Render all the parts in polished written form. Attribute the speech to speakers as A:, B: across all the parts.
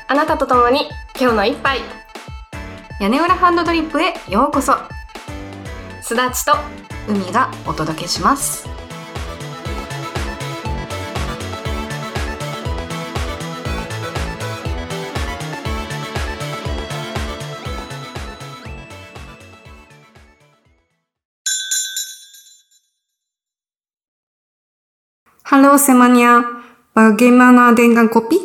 A: あなたと共に今日の一杯、
B: 屋根裏ハンドドリップへようこそ。
A: すだちと
B: 海がお届けします。Halo semuanya, bagaimana dengan kopi?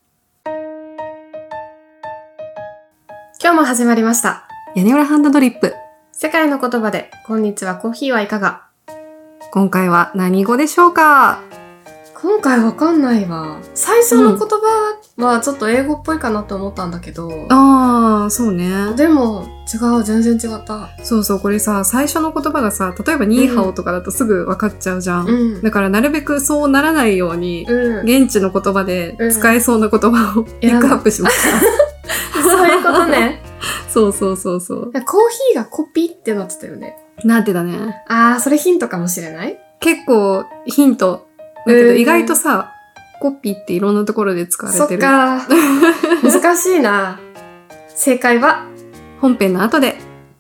A: 今日も始まりました。
B: 屋根裏ハンドドリップ。
A: 世界の言葉でこんにちは、コーヒーはいかが？
B: 今回は何語でしょうか？
A: 今回わかんないわ。最初の言葉はちょっと英語っぽいかなと思ったんだけど、
B: ああ、そうね。
A: でも違う、全然違った。
B: そうそう、これさ、最初の言葉がさ、例えばニーハオとかだとすぐ分かっちゃうじゃん。
A: うん、
B: だからなるべくそうならないように、現地の言葉で使えそうな言葉をピックアップしました。
A: そういうことね。
B: そうそうそうそう。
A: コーヒーがコピってなってたよね。
B: なってたね。
A: あー、それヒントかもしれない？
B: 結構ヒント。だけど意外とさ、コピっていろんなところで使われてる。
A: そっか。難しいな。正解は
B: 本編の後で。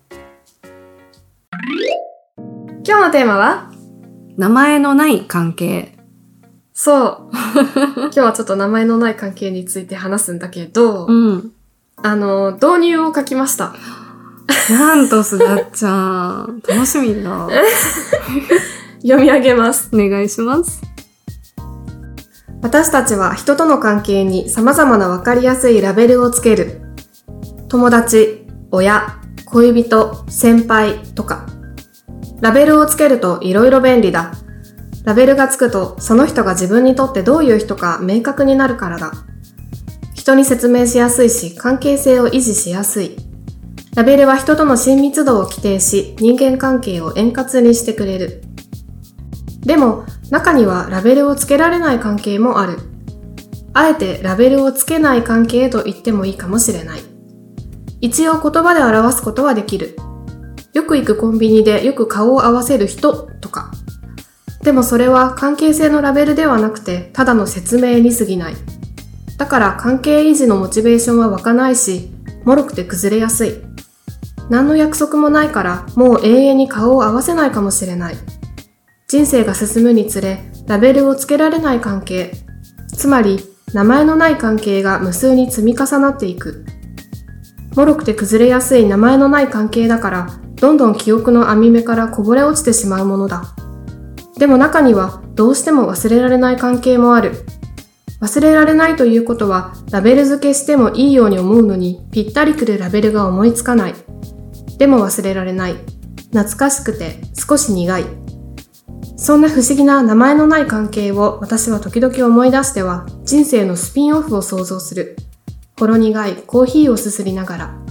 A: 今日のテーマは
B: 名前のない関係。
A: そう。今日はちょっと名前のない関係について話すんだけど、導入を書きました。
B: なんとすだっちゃん。楽しみだ。
A: 読み上げます。
B: お願いします。
A: 私たちは人との関係に様々なわかりやすいラベルをつける。友達、親、恋人、先輩とか。ラベルをつけると色々便利だ。ラベルがつくとその人が自分にとってどういう人か明確になるからだ。人に説明しやすいし、関係性を維持しやすい。ラベルは人との親密度を規定し、人間関係を円滑にしてくれる。でも、中にはラベルをつけられない関係もある。あえてラベルをつけない関係と言ってもいいかもしれない。一応言葉で表すことはできる。よく行くコンビニでよく顔を合わせる人とか。でもそれは関係性のラベルではなくて、ただの説明に過ぎない。だから関係維持のモチベーションは湧かないし、脆くて崩れやすい。何の約束もないからもう永遠に顔を合わせないかもしれない。人生が進むにつれ、ラベルをつけられない関係、つまり名前のない関係が無数に積み重なっていく。脆くて崩れやすい名前のない関係だから、どんどん記憶の網目からこぼれ落ちてしまうものだ。でも中にはどうしても忘れられない関係もある。忘れられないということは、ラベル付けしてもいいように思うのに、ぴったりくるラベルが思いつかない。でも忘れられない。懐かしくて少し苦い。そんな不思議な名前のない関係を私は時々思い出しては、人生のスピンオフを想像する。ほろ苦いコーヒーをすすりながら。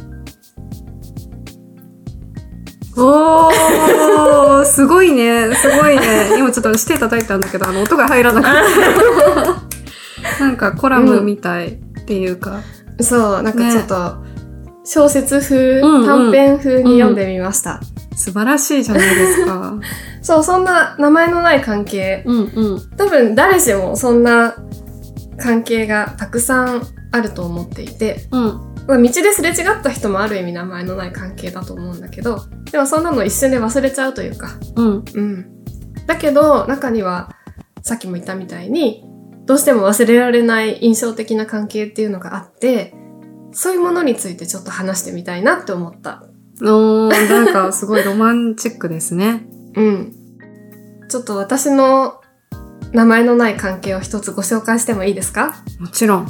B: おー、すごいね、すごいね。今ちょっと手叩いたんだけど、音が入らなかった。なんかコラムみたいっていうか。
A: そう、なんかちょっと、小説風、短編風に読んでみました。
B: 素晴らしいじゃないですか。
A: そう、そんな名前のない関係。多分誰しもそんな関係がたくさんあると思っていて、道ですれ違った人もある意味名前のない関係だと思うんだけど、でもそんなの一瞬で忘れちゃうというか。だけど、中には、さっきも言ったみたいに、どうしても忘れられない印象的な関係っていうのがあって、そういうものについてちょっと話してみたいなって思った。
B: なんかすごいロマンチックですね。
A: ちょっと私の名前のない関係を一つご紹介してもいいですか？
B: もちろん。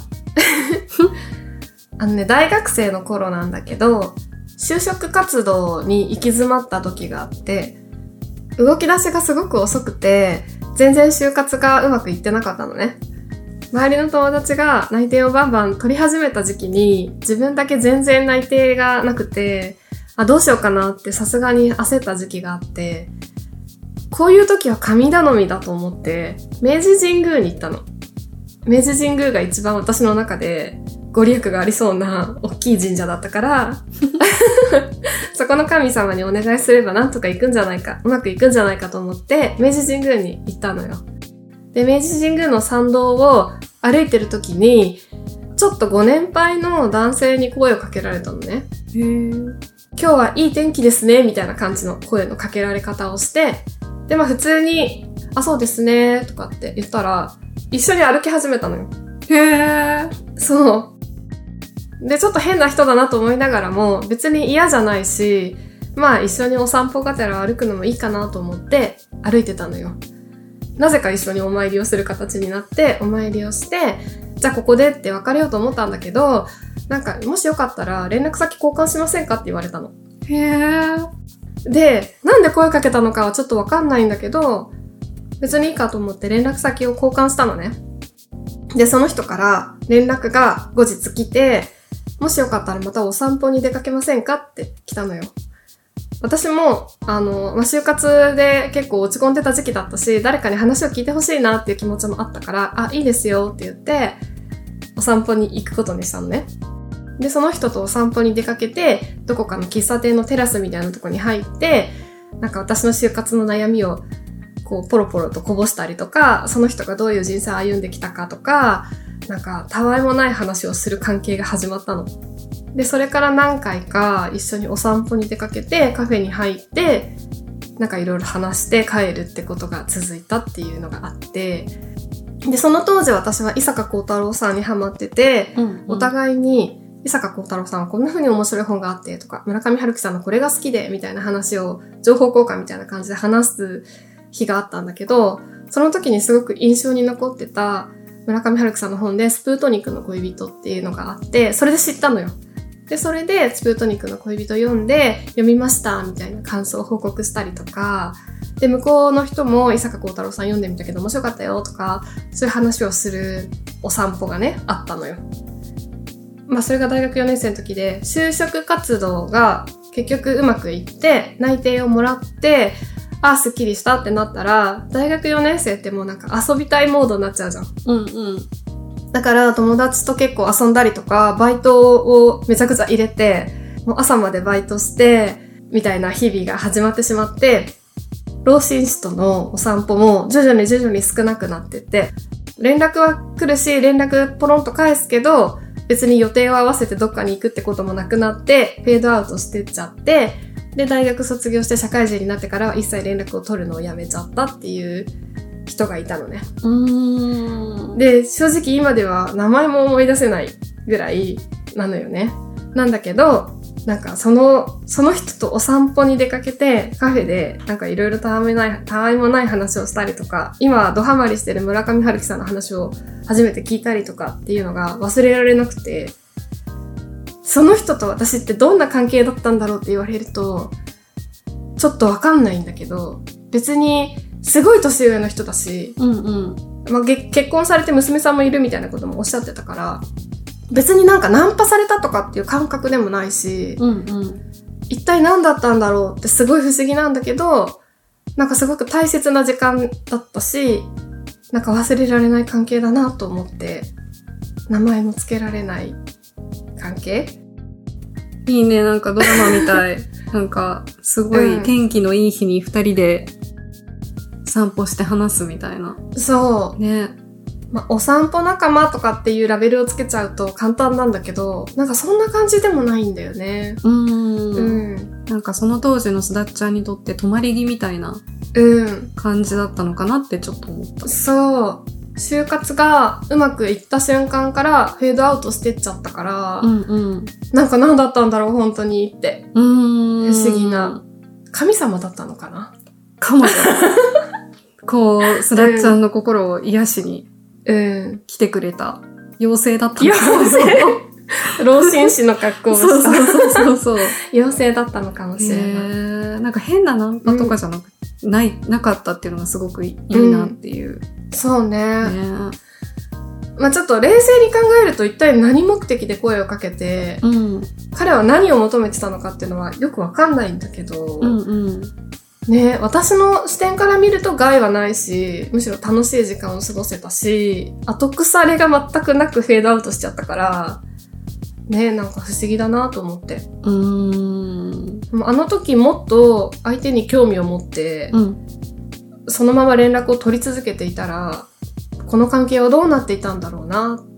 A: 大学生の頃なんだけど、就職活動に行き詰まった時があって、動き出しがすごく遅くて、全然就活がうまくいってなかったのね。周りの友達が内定をバンバン取り始めた時期に、自分だけ全然内定がなくて、どうしようかなってさすがに焦った時期があって、こういう時は神頼みだと思って、明治神宮に行ったの。明治神宮が一番私の中でご利益がありそうな大きい神社だったから、そこの神様にお願いすればなんとかいくんじゃないか、うまくいくんじゃないかと思って、明治神宮に行ったのよ。で、明治神宮の参道を歩いてる時に、 ちょっとご年配の男性に声をかけられたのね。
B: へー。
A: 今日はいい天気ですね、みたいな感じの声のかけられ方をして、で、普通に、あ、そうですね、とかって言ったら、一緒に歩き始めたのよ。
B: へー。
A: そう。で、ちょっと変な人だなと思いながらも、別に嫌じゃないし、一緒にお散歩がてら歩くのもいいかなと思って歩いてたのよ。なぜか一緒にお参りをする形になって、お参りをして、じゃあここでって別れようと思ったんだけど、もしよかったら連絡先交換しませんかって言われたの。
B: へー。
A: で、なんで声かけたのかはちょっとわかんないんだけど、別にいいかと思って連絡先を交換したのね。で、その人から連絡が後日来て、もしよかったらまたお散歩に出かけませんかって来たのよ。私も、就活で結構落ち込んでた時期だったし、誰かに話を聞いてほしいなっていう気持ちもあったから、あ、いいですよって言って、お散歩に行くことにしたのね。で、その人とお散歩に出かけて、どこかの喫茶店のテラスみたいなとこに入って、私の就活の悩みを、ポロポロとこぼしたりとか、その人がどういう人生を歩んできたかとか、たわいもない話をする関係が始まったの。で、それから何回か一緒にお散歩に出かけて、カフェに入って、いろいろ話して帰るってことが続いたっていうのがあって、で、その当時私は伊坂幸太郎さんにハマってて、お互いに、伊坂幸太郎さんはこんな風に面白い本があってとか、村上春樹さんのこれが好きでみたいな話を情報交換みたいな感じで話す日があったんだけど、その時にすごく印象に残ってた村上春樹さんの本でスプートニクの恋人っていうのがあって、それで知ったのよ。で、それでスプートニクの恋人読んで読みましたみたいな感想を報告したりとか、で、向こうの人も伊坂幸太郎さん読んでみたけど面白かったよとか、そういう話をするお散歩がね、あったのよ。それが大学4年生の時で、就職活動が結局うまくいって、内定をもらって、あ、すっきりしたってなったら、大学4年生ってもう遊びたいモードになっちゃうじゃん。
B: うんうん。
A: だから友達と結構遊んだりとか、バイトをめちゃくちゃ入れて、もう朝までバイトして、みたいな日々が始まってしまって、老紳士とのお散歩も徐々に少なくなってって、連絡は来るし、連絡ポロンと返すけど、別に予定を合わせてどっかに行くってこともなくなって、フェードアウトしてっちゃって、で、大学卒業して社会人になってからは一切連絡を取るのをやめちゃったっていう人がいたのね。で、正直今では名前も思い出せないぐらいなのよね。なんだけど、その人とお散歩に出かけて、カフェでいろいろたわいもない話をしたりとか、今ドハマりしてる村上春樹さんの話を初めて聞いたりとかっていうのが忘れられなくて、その人と私ってどんな関係だったんだろうって言われると、ちょっとわかんないんだけど、別にすごい年上の人だし、結婚されて娘さんもいるみたいなこともおっしゃってたから、別にナンパされたとかっていう感覚でもないし、一体何だったんだろうってすごい不思議なんだけど、すごく大切な時間だったし、忘れられない関係だなと思って、名前も付けられない関係？
B: いいね、ドラマみたい。すごい天気のいい日に二人で散歩して話すみたいな。
A: そう。
B: ね。
A: お散歩仲間とかっていうラベルをつけちゃうと簡単なんだけど、そんな感じでもないんだよね。
B: その当時のすだっちゃんにとって泊まり木みたいな感じだったのかなってちょっと思った。
A: そう。就活がうまくいった瞬間からフェードアウトしてっちゃったから、何だったんだろう本当にって。不思議な。神様だったのかな？
B: かもよ。すだっちゃんの心を癒しに来てくれた妖精だったのかも。
A: 妖精老紳士の格好をした。
B: そう。
A: 妖精だったのかもしれない。
B: 変なナンパとかじゃなかったっていうのがすごくいいなっていう。
A: そうね。ちょっと冷静に考えると一体何目的で声をかけて、彼は何を求めてたのかっていうのはよくわかんないんだけど、ね、私の視点から見ると害はないし、むしろ楽しい時間を過ごせたし、後腐れが全くなくフェードアウトしちゃったから、ね、不思議だなと思って。あの時もっと相手に興味を持って、そのまま連絡を取り続けていたら、この関係はどうなっていたんだろうなっ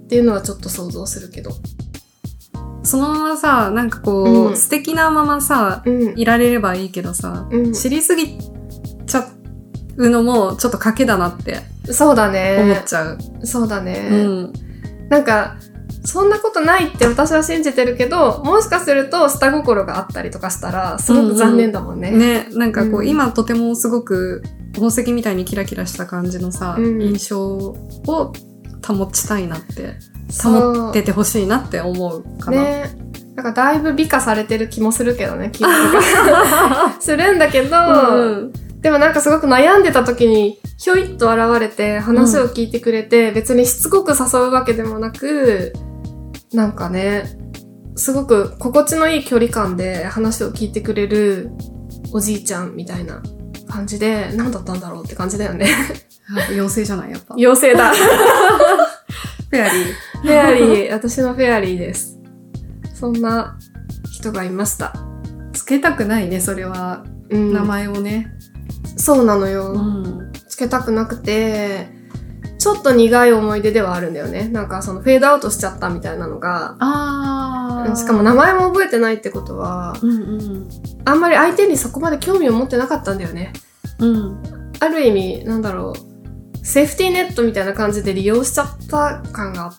A: っていうのはちょっと想像するけど。
B: そのままさ、なんかこう、
A: うん、
B: 素敵なままさ、
A: うん、
B: いられればいいけどさ、
A: うん
B: 知りすぎちゃうのもちょっと賭けだなって
A: そうだね。
B: 思っちゃう。
A: そうだね。
B: うん。
A: なんか、そんなことないって私は信じてるけど、もしかすると下心があったりとかしたら、すごく残念だもんね。
B: ね、なんかこう、
A: うん
B: 今とてもすごく宝石みたいにキラキラした感じのさ、
A: うん
B: 印象を保ちたいなって、
A: そう
B: 保っててほしいなって思うかな。
A: ね。なんかだいぶ美化されてる気もするけどね、気分がするんだけど、
B: うん
A: でもなんかすごく悩んでた時に、ひょいっと現れて話を聞いてくれて、別にしつこく誘うわけでもなく、なんかね、すごく心地のいい距離感で話を聞いてくれるおじいちゃんみたいな感じで、何だったんだろうって感じだよね。
B: 妖精じゃないやっぱ。
A: 妖精だ。
B: フェアリー。
A: フェアリー、私のフェアリーです。そんな人がいました。
B: つけたくないね、それは。
A: うん、
B: 名前をね。
A: そうなのよ、
B: うん。
A: つけたくなくて、ちょっと苦い思い出ではあるんだよね。なんかそのフェードアウトしちゃったみたいなのが。しかも名前も覚えてないってことは、
B: うんうん、
A: あんまり相手にそこまで興味を持ってなかったんだよね。
B: うん。あ
A: る意味、なんだろう、セーフティーネットみたいな感じで利用しちゃった感があって、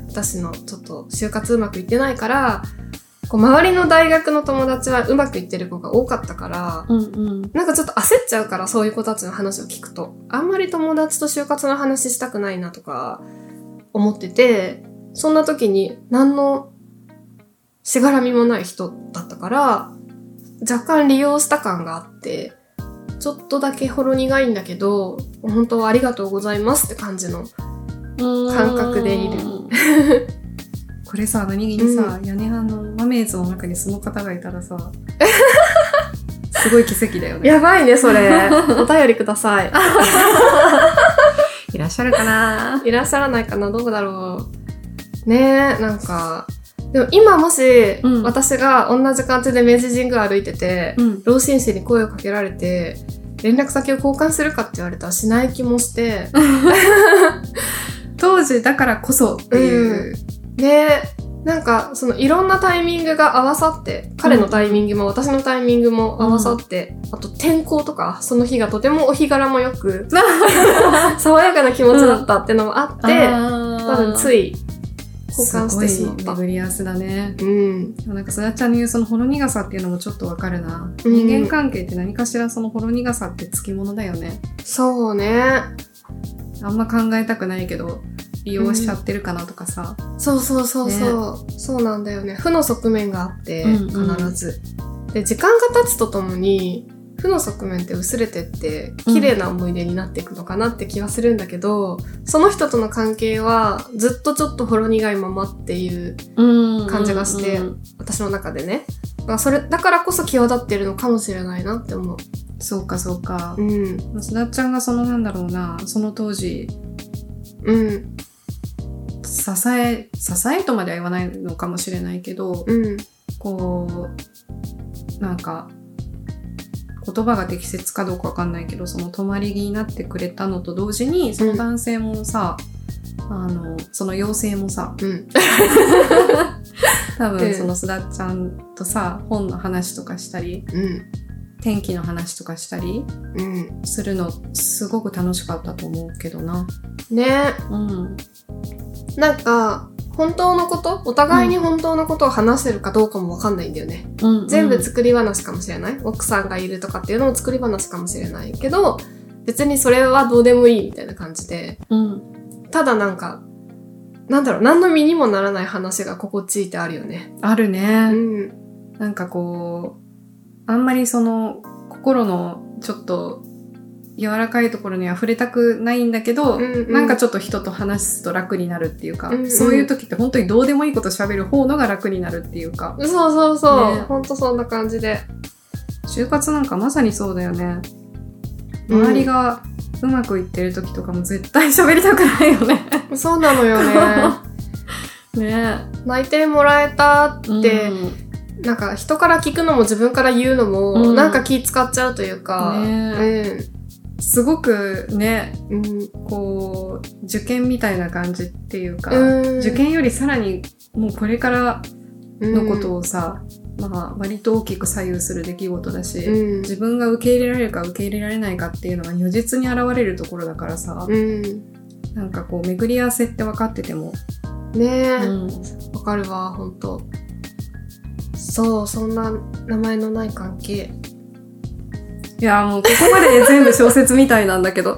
A: 私のちょっと就活うまくいってないから、こう周りの大学の友達はうまくいってる子が多かったから、
B: うんうん、
A: なんかちょっと焦っちゃうから、そういう子たちの話を聞くと。あんまり友達と就活の話したくないなとか思ってて、そんな時に何のしがらみもない人だったから、若干利用した感があって、ちょっとだけほろ苦いんだけど、本当はありがとうございますって感じの感覚でいる。
B: これさ、何気にさ、屋根派のマメーズの中にその方がいたらさ、すごい奇跡だよね。
A: やばいね、それ。お便りください。
B: いらっしゃるかない
A: らっしゃらないかな、どうだろう。ねえ、なんか、でも今もし、私が同じ感じで明治神宮歩いてて、老紳士に声をかけられて、連絡先を交換するかって言われたらしない気もして、
B: 当時だからこそっていう。
A: ね、なんかそのいろんなタイミングが合わさって、彼のタイミングも私のタイミングも合わさって、あと天候とか、その日がとてもお日柄もよく、爽やかな気持ちだったってのもあって、多分つい交換してしまった。
B: すごい巡り合わせだね。
A: うん。
B: なんかすだちゃんの言うそのほろ苦さっていうのもちょっとわかるな。人間関係って何かしらそのほろ苦さってつきものだよね。
A: そうね。
B: あんま考えたくないけど、利用しちゃってるかなとかさ。
A: そうそうそうそう、ね。そうなんだよね。負の側面があって、必ず。で、時間が経つとともに、負の側面って薄れてって、綺麗な思い出になっていくのかなって気はするんだけど、その人との関係は、ずっとちょっとほろ苦いままっていう感じがして、私の中でね。だからこそ際立ってるのかもしれないなって思う。
B: そうかそうか。
A: うん。
B: すだちゃんがそのなんだろうな、その当時、支えとまでは言わないのかもしれないけど、こう、なんか、言葉が適切かどうかわかんないけど、その泊まり木になってくれたのと同時に、その男性もさ、その妖精もさ、多分そのすだっちゃんとさ、本の話とかしたり、天気の話とかしたりするのすごく楽しかったと思うけどな。
A: ね。なんか本当のこと、お互いに本当のことを話せるかどうかもわかんないんだよね。全部作り話かもしれない。奥さんがいるとかっていうのも作り話かもしれないけど、別にそれはどうでもいいみたいな感じで、ただなんかなんだろう、何の身にもならない話が心地いいってあるよね。
B: あるね。なんかこうあんまりその心のちょっと柔らかいところには触れたくないんだけど、なんかちょっと人と話すと楽になるっていうか、そういう時って本当にどうでもいいこと喋る方のが楽になるっていうか。
A: そうそうそう。ね、ほんとそんな感じで。
B: 就活なんかまさにそうだよね。周りがうまくいってる時とかも絶対喋りたくないよね。
A: そうなのよね。
B: ね、
A: 内定もらえたって、なんか人から聞くのも自分から言うのも、なんか気使っちゃうというか、
B: すごくね、こう、受験みたいな感じっていうか、受験よりさらにもうこれからのことをさ、まあ割と大きく左右する出来事だし、自分が受け入れられるか受け入れられないかっていうのが如実に現れるところだからさ、なんかこう巡り合わせって分かってても。
A: ねえ、わかるわ、ほんと。そう、そんな名前のない関係。
B: いやもうここまで全部小説みたいなんだけど。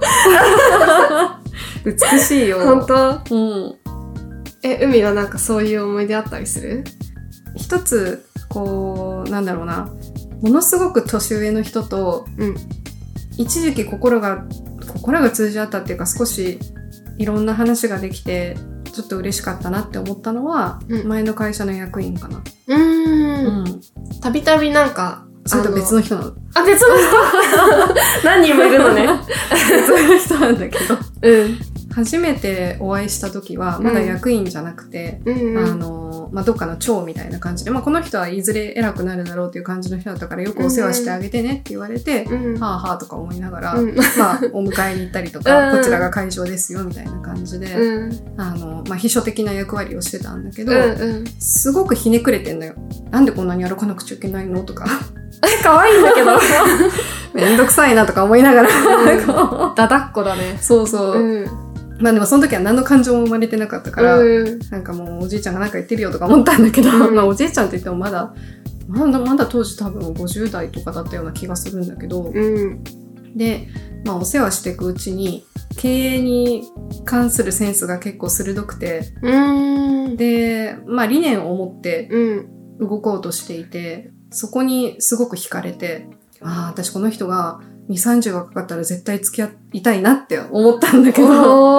B: 美しいよ。
A: ほんと？海はなんかそういう思い出あったりする？
B: 一つ、こう、なんだろうな。ものすごく年上の人と、一時期心が通じ合ったっていうか少しいろんな話ができて、ちょっと嬉しかったなって思ったのは、前の会社の役員かな。
A: たびたびなんか、
B: それと別の人なの。
A: あ、別の人何人もいるのね。
B: 別の人なんだけど。初めてお会いした時は、まだ役員じゃなくて、まあ、どっかの長みたいな感じで、まあ、この人はいずれ偉くなるだろうっていう感じの人だったから、よくお世話してあげてねって言われて、はぁはぁとか思いながら、まあ、お迎えに行ったりとか、こちらが会場ですよみたいな感じで、まあ、秘書的な役割をしてたんだけど、すごくひねくれてんだよ。なんでこんなに歩かなくちゃいけないのとか。
A: 可愛いんだけど。
B: めんどくさいなとか思いながら。
A: だだっこだね。
B: そうそう。まあでもその時は何の感情も生まれてなかったから、なんかもうおじいちゃんがなんか言ってるよとか思ったんだけど、まあおじいちゃんって言ってもまだ当時多分50代とかだったような気がするんだけど、で、まあお世話していくうちに、経営に関するセンスが結構鋭くて、で、まあ理念を持って動こうとしていて、そこにすごく惹かれて、私この人が2、30がかかったら絶対付き合いたいなって思ったんだけど、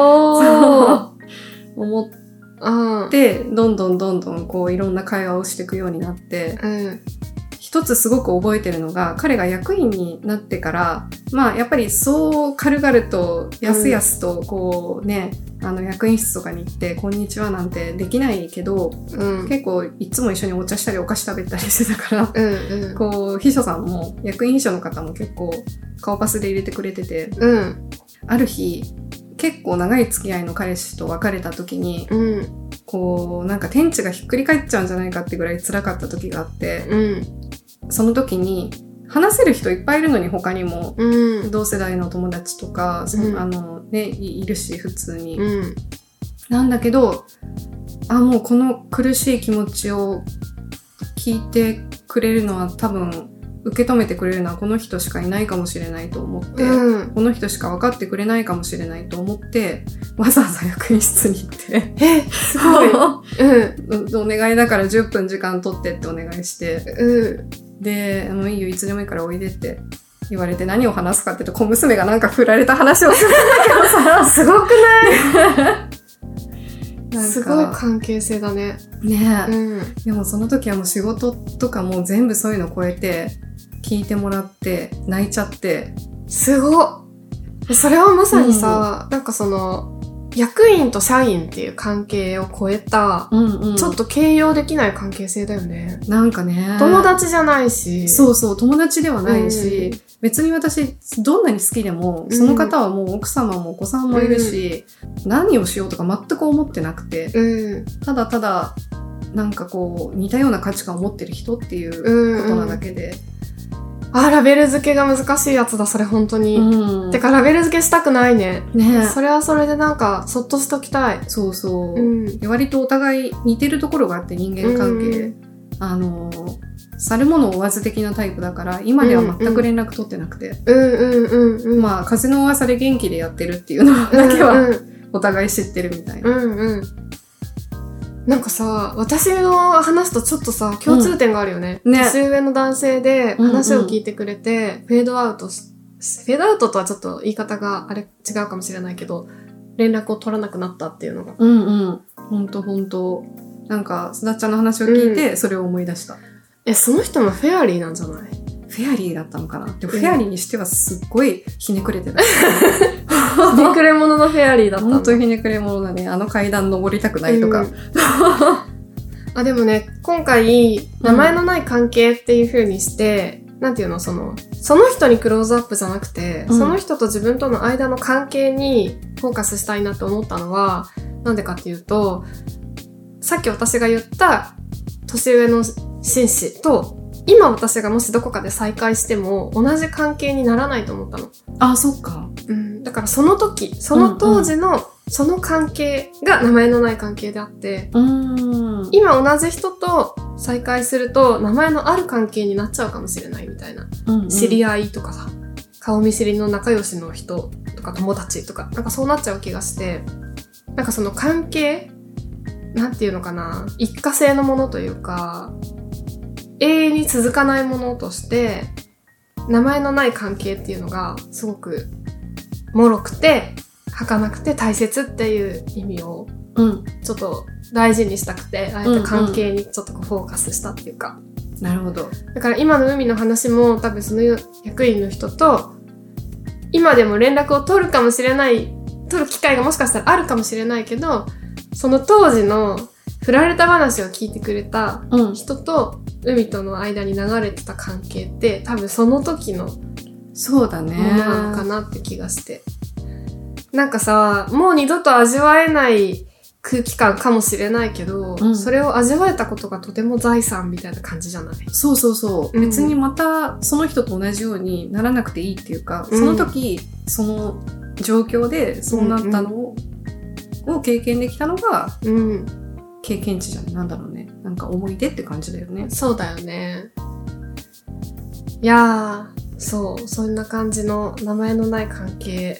B: 思って、どんどんこういろんな会話をしていくようになって、一つすごく覚えてるのが、彼が役員になってから、まあやっぱりそう軽々とやすやすとこうね、役員室とかに行ってこんにちはなんてできないけど、結構いつも一緒にお茶したりお菓子食べたりしてたから、こう秘書さんも役員秘書の方も結構顔パスで入れてくれてて、ある日結構長い付き合いの彼氏と別れた時に、こうなんか天地がひっくり返っちゃうんじゃないかってぐらい辛かった時があって、その時に話せる人いっぱいいるのに他にも、同世代の友達とか、いるし普通に、なんだけど、もうこの苦しい気持ちを聞いてくれるのは多分受け止めてくれるのはこの人しかいないかもしれないと思って、この人しか分かってくれないかもしれないと思ってわざわざ役員室に行って
A: すごい、
B: お願いだから10分時間取ってってお願いして、で、いいよいつでもいいからおいでって言われて、何を話すかって言うと小娘がなんか振られた話をするんだけどさ
A: すごくないすごい関係性だね。
B: ねえ、でもその時はもう仕事とかも全部そういうの超えて聞いてもらって泣いちゃって、
A: すごっ。それはまさにさ、なんかその役員と社員っていう関係を超えた、ちょっと形容できない関係性だよね。
B: なんかね、
A: 友達じゃないし、
B: そうそう、友達ではないし、別に私どんなに好きでも、その方はもう奥様もお子さんもいるし、何をしようとか全く思ってなくて、ただただなんかこう似たような価値観を持ってる人っていうことなだけで、
A: ラベル付けが難しいやつだ、それ本当に。てか、ラベル付けしたくないね。それはそれでなんか、そっとしときたい。
B: そうそう。割とお互い似てるところがあって、人間関係。去るもの追わず的なタイプだから、今では全く連絡取ってなくて。まあ、風の噂で元気でやってるっていうのだけは、お互い知ってるみたいな。
A: なんかさ、私の話とちょっとさ、共通点があるよね。年上の男性で話を聞いてくれて、フェードアウトとはちょっと言い方が違うかもしれないけど、連絡を取らなくなったっていうのが。
B: ほんと。なんか、すだっちゃんの話を聞いて、それを思い出した。
A: その人もフェアリーなんじゃない？
B: フェアリーだったのかな。でもフェアリーにしてはすっごいひねくれてた。
A: ひねくれ者のフェアリーだったんだ。
B: ほんとひねくれ者だね。階段登りたくないとか。で
A: もね、今回、名前のない関係っていう風にして、なんていうの、そのその人にクローズアップじゃなくて、その人と自分との間の関係にフォーカスしたいなと思ったのは、なんでかっていうと、さっき私が言った年上の紳士と、今私がもしどこかで再会しても同じ関係にならないと思ったの。
B: あ、そっか。
A: だからその時、その当時のその関係が名前のない関係であって、今同じ人と再会すると名前のある関係になっちゃうかもしれないみたいな。知り合いとかさ、顔見知りの仲良しの人とか友達とか、なんかそうなっちゃう気がして、なんかその関係、なんていうのかな、一過性のものというか、永遠に続かないものとして、名前のない関係っていうのがすごく脆くて、儚くて大切っていう意味を、ちょっと大事にしたくて、あえて関係にちょっとフォーカスしたっていうか。
B: なるほど。
A: だから今の海の話も多分その役員の人と、今でも連絡を取るかもしれない、取る機会がもしかしたらあるかもしれないけど、その当時の振られた話を聞いてくれた人と海との間に流れてた関係って多分その時の
B: そうだね。
A: ものなのかなって気がして。なんかさ、もう二度と味わえない空気感かもしれないけど、それを味わえたことがとても財産みたいな感じじゃない？
B: そうそうそう。別にまたその人と同じようにならなくていいっていうか、その時、その状況でそうなったのを経験できたのが、経験値じゃん。なんだろうね。なんか思い出って感じだよね。
A: そうだよね。いやー、そう、そんな感じの名前のない関係。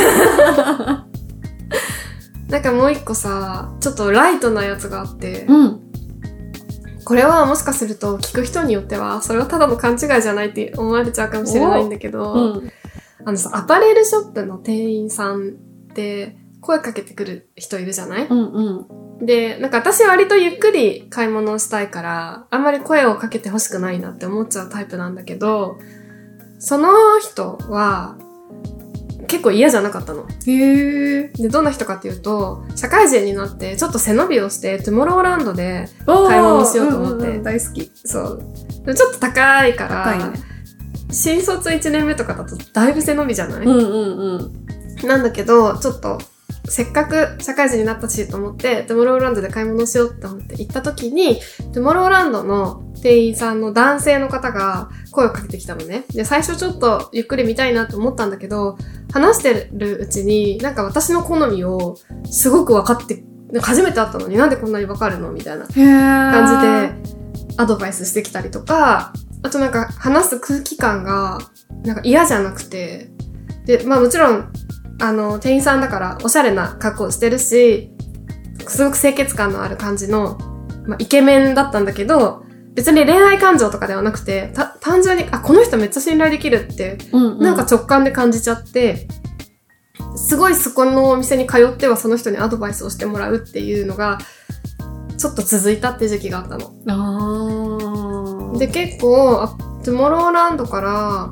A: なんかもう一個さ、ちょっとライトなやつがあって、これはもしかすると聞く人によっては、それはただの勘違いじゃないって思われちゃうかもしれないんだけど、アパレルショップの店員さんって声かけてくる人いるじゃない？で、なんか私割とゆっくり買い物をしたいから、あんまり声をかけてほしくないなって思っちゃうタイプなんだけど、その人は結構嫌じゃなかったの。
B: へー。
A: で、どんな人かっていうと、社会人になってちょっと背伸びをして、トゥモローランドで買い物しようと思って。
B: 大好き。
A: そう。でもちょっと高いから、
B: 高いね。
A: 新卒1年目とかだとだいぶ背伸びじゃない？なんだけど、ちょっと、せっかく社会人になったしと思って、トゥモローランドで買い物しようって思って行った時に、トゥモローランドの店員さんの男性の方が声をかけてきたのね。で、最初ちょっとゆっくり見たいなと思ったんだけど、話してるうちになんか私の好みをすごく分かって、初めて会ったのになんでこんなに分かるのみたいな感じでアドバイスしてきたりとか、あとなんか話す空気感がなんか嫌じゃなくて、で、まあもちろん店員さんだからおしゃれな格好してるし、すごく清潔感のある感じの、まあ、イケメンだったんだけど、別に恋愛感情とかではなくて、単純に、この人めっちゃ信頼できるって、なんか直感で感じちゃって、すごいそこのお店に通ってはその人にアドバイスをしてもらうっていうのが、ちょっと続いたって時期があったの。で、結構、トゥモローランドから、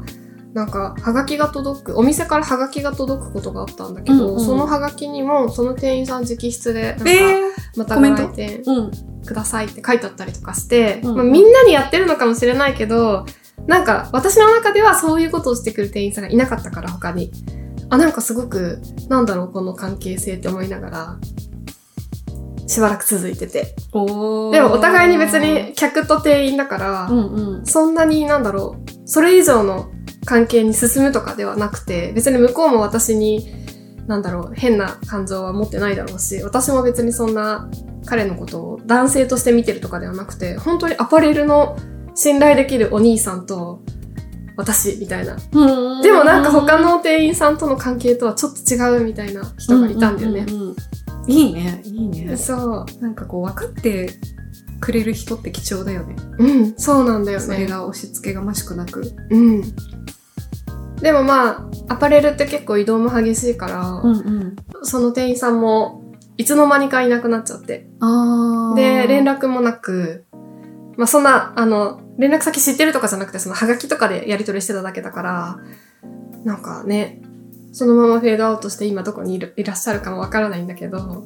A: なんか、はがきが届く、お店からはがきが届くことがあったんだけど、そのはがきにも、その店員さん直筆で、なんか、またご来店くださいって書いてあったりとかして、まあ、みんなにやってるのかもしれないけど、なんか、私の中ではそういうことをしてくる店員さんがいなかったから、他に。なんかすごく、なんだろう、この関係性って思いながら、しばらく続いてて。でも、お互いに別に客と店員だから、そんなになんだろう、それ以上の関係に進むとかではなくて、別に向こうも私に、なんだろう、変な感情は持ってないだろうし、私も別にそんな彼のことを男性として見てるとかではなくて、本当にアパレルの信頼できるお兄さんと私みたいな。でもなんか他の店員さんとの関係とはちょっと違うみたいな人がいたんだよね。
B: いいね、いいね。
A: そう。
B: なんかこう分かってくれる人って貴重だよね。
A: そうなんだよね。
B: それが押し付けがましくなく。
A: でもまあ、アパレルって結構移動も激しいから、その店員さんもいつの間にかいなくなっちゃって。で、連絡もなく、まあそんな、連絡先知ってるとかじゃなくて、そのハガキとかでやり取りしてただけだから、なんかね、そのままフェードアウトして今どこにいらっしゃるかもわからないんだけど、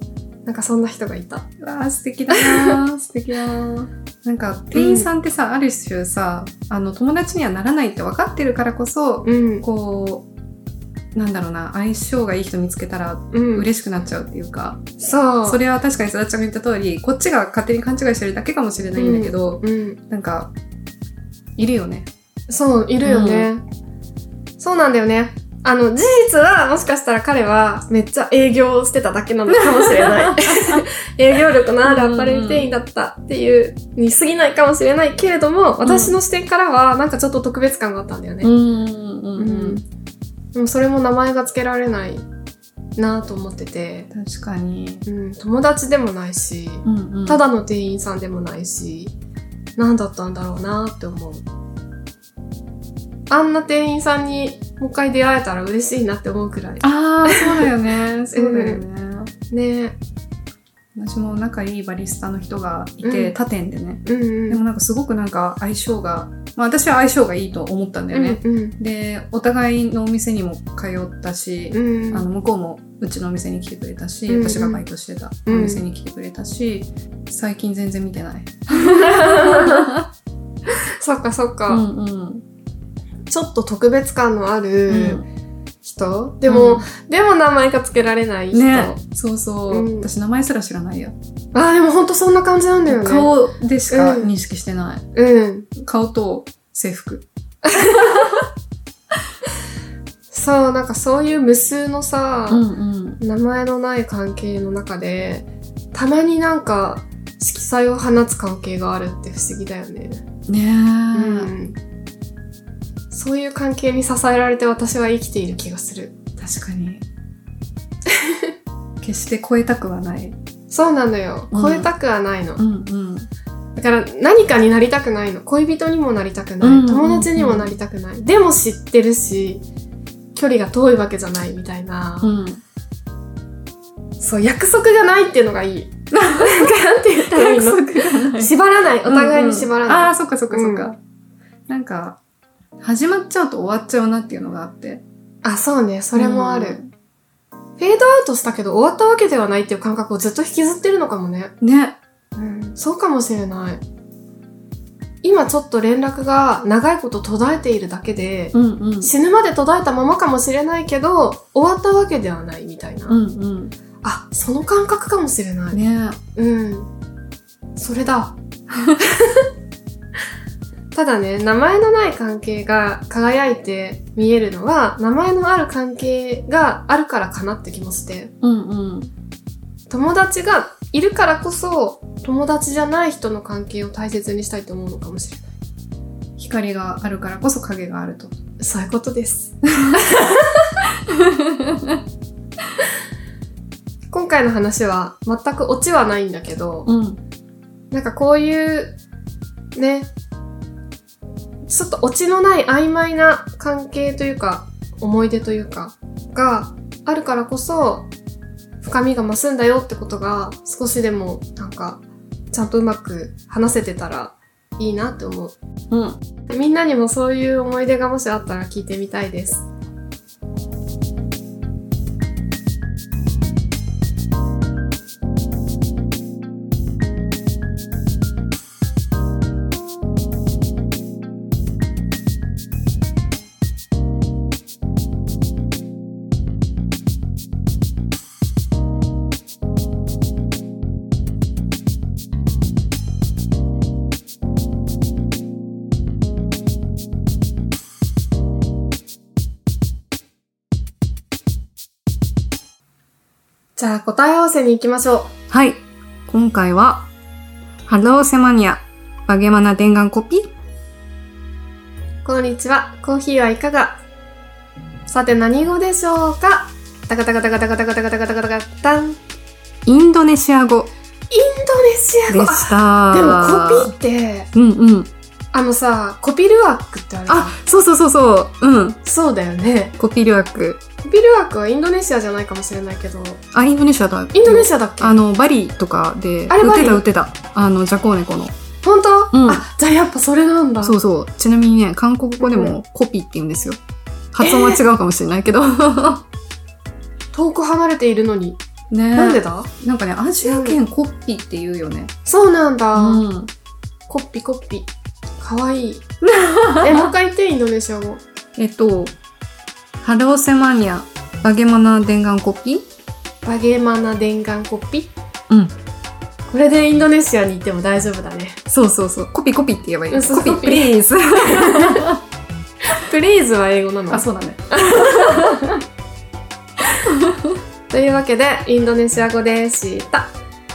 A: なんかそんな人がいた。
B: うわー素敵だな素敵だな。なんか店員さんってさ、ある種さ、友達にはならないって分かってるからこそ、こうなんだろうな、相性がいい人見つけたら嬉しくなっちゃうっていうか、それは確かにすだちゃんが言った通り、こっちが勝手に勘違いしてるだけかもしれないんだけど、なんかいるよね。
A: そういるよね、そうなんだよね。事実はもしかしたら彼はめっちゃ営業してただけなのかもしれない営業力のあるアパレル店員だったっていうに過ぎないかもしれないけれども、私の視点からはなんかちょっと特別感があったんだよね。でもそれも名前が付けられないなと思ってて。
B: 確かに、
A: 友達でもないし、ただの店員さんでもないし、何だったんだろうなって思う。あんな店員さんにもう一回出会えたら嬉しいなって思うくらい。
B: ああ、そうだよね。そうだよね。
A: ね。
B: 私も仲いいバリスタの人がいて、他店でね。でもなんかすごくなんか相性が、まあ私は相性がいいと思ったんだよね。で、お互いのお店にも通ったし、向こうもうちのお店に来てくれたし、私がバイトしてたお店に来てくれたし、最近全然見てない。
A: そっかそっか。ちょっと特別感のある人、でも名前が付けられない人。
B: ね、そうそう、私名前すら知らないよ。
A: でもほんとそんな感じなんだよね。
B: 顔でしか認識してない。顔と制服。
A: そう、なんかそういう無数のさ、名前のない関係の中で、たまになんか色彩を放つ関係があるって不思議だよね。そういう関係に支えられて私は生きている気がする。
B: 確かに。決して超えたくはない。
A: そうなのよ。超えたくはないの。だから何かになりたくないの。恋人にもなりたくない。友達にもなりたくない。でも知ってるし、距離が遠いわけじゃないみたいな。そう、約束がないっていうのがいい。なんて言ったらいいの？縛らない。お互いに縛らない。
B: ああ、そっかそっかそっか。なんか、始まっちゃうと終わっちゃうなっていうのがあって。
A: あ、そうね。それもある。フェードアウトしたけど終わったわけではないっていう感覚をずっと引きずってるのかもね。
B: ね。
A: そうかもしれない。今ちょっと連絡が長いこと途絶えているだけで、死ぬまで途絶えたままかもしれないけど、終わったわけではないみたいな。あ、その感覚かもしれない。
B: ね。
A: それだ。ただね、名前のない関係が輝いて見えるのは、名前のある関係があるからかなって気もして。友達がいるからこそ、友達じゃない人の関係を大切にしたいと思うのかもしれない。
B: 光があるからこそ影があると。
A: そういうことです。今回の話は全くオチはないんだけど、なんかこういうね、ちょっとオチのない曖昧な関係というか思い出というかがあるからこそ深みが増すんだよってことが少しでもなんかちゃんとうまく話せてたらいいなって思う。みんなにもそういう思い出がもしあったら聞いてみたいです。じゃあ答え合わせに行きましょう。
B: はい。今回は、ハローセマニア、バゲマナ伝願コピー。
A: こんにちは。コーヒーはいかが？さて何語でしょうか？タカタカタカタカタカタカタカタカタカタン。
B: インドネシア語。
A: インドネシア語
B: でした。
A: でもコピーって、さ、コピルワークってある。
B: そうそうそうそう。
A: そうだよね。
B: コピルワーク。
A: コピルワークはインドネシアじゃないかもしれないけど。
B: インドネシアだ。
A: インドネシアだっけ？
B: バリとかで、売ってた。ジャコーネコの。
A: 本当？じゃあやっぱそれなんだ。
B: そうそう。ちなみにね、韓国語でもコピーって言うんですよ。発音は違うかもしれないけど。
A: 遠く離れているのに。
B: ね。
A: なんでだ？
B: なんかね、アジア圏コッピって言うよね。
A: そうなんだ。コッピ。かわいい。もう一回言って、インドネシア語。
B: ハローセマニア、バゲマナデンガンコッピ？
A: バゲマナデンガンコッピ？
B: うん。
A: これでインドネシアに行っても大丈夫だね。
B: そう。コピって言えばいい。コピ、プリーズ。
A: プリーズは英語なの？
B: あ、そうだね。
A: というわけで、インドネシア語でした。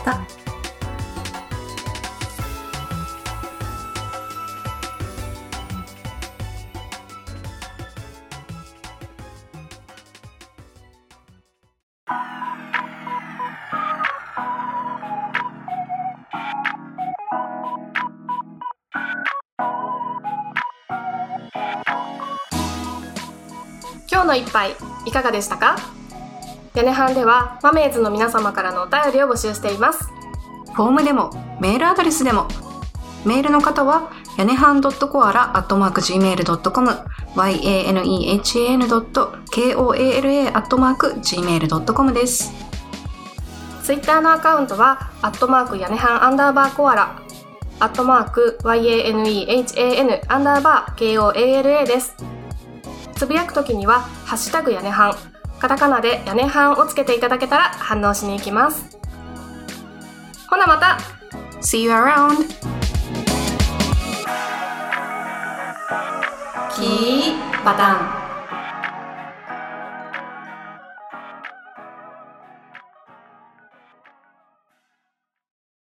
A: 今日の一杯いかがでしたか？屋根班ではマメーズの皆様からのお便りを募集しています。
B: フォームでもメールアドレスでも。メールの方はやねはん .koala@gmail.com yanehan.koala@gmail.com です。
A: ツイッターのアカウントはやねはん_koala @yanehan_koala です。つぶやくときにはハッシュタグやねはん、カタカナでやねはんをつけていただけたら反応しに行きます。ほなまた
B: See you around!
A: キーパタン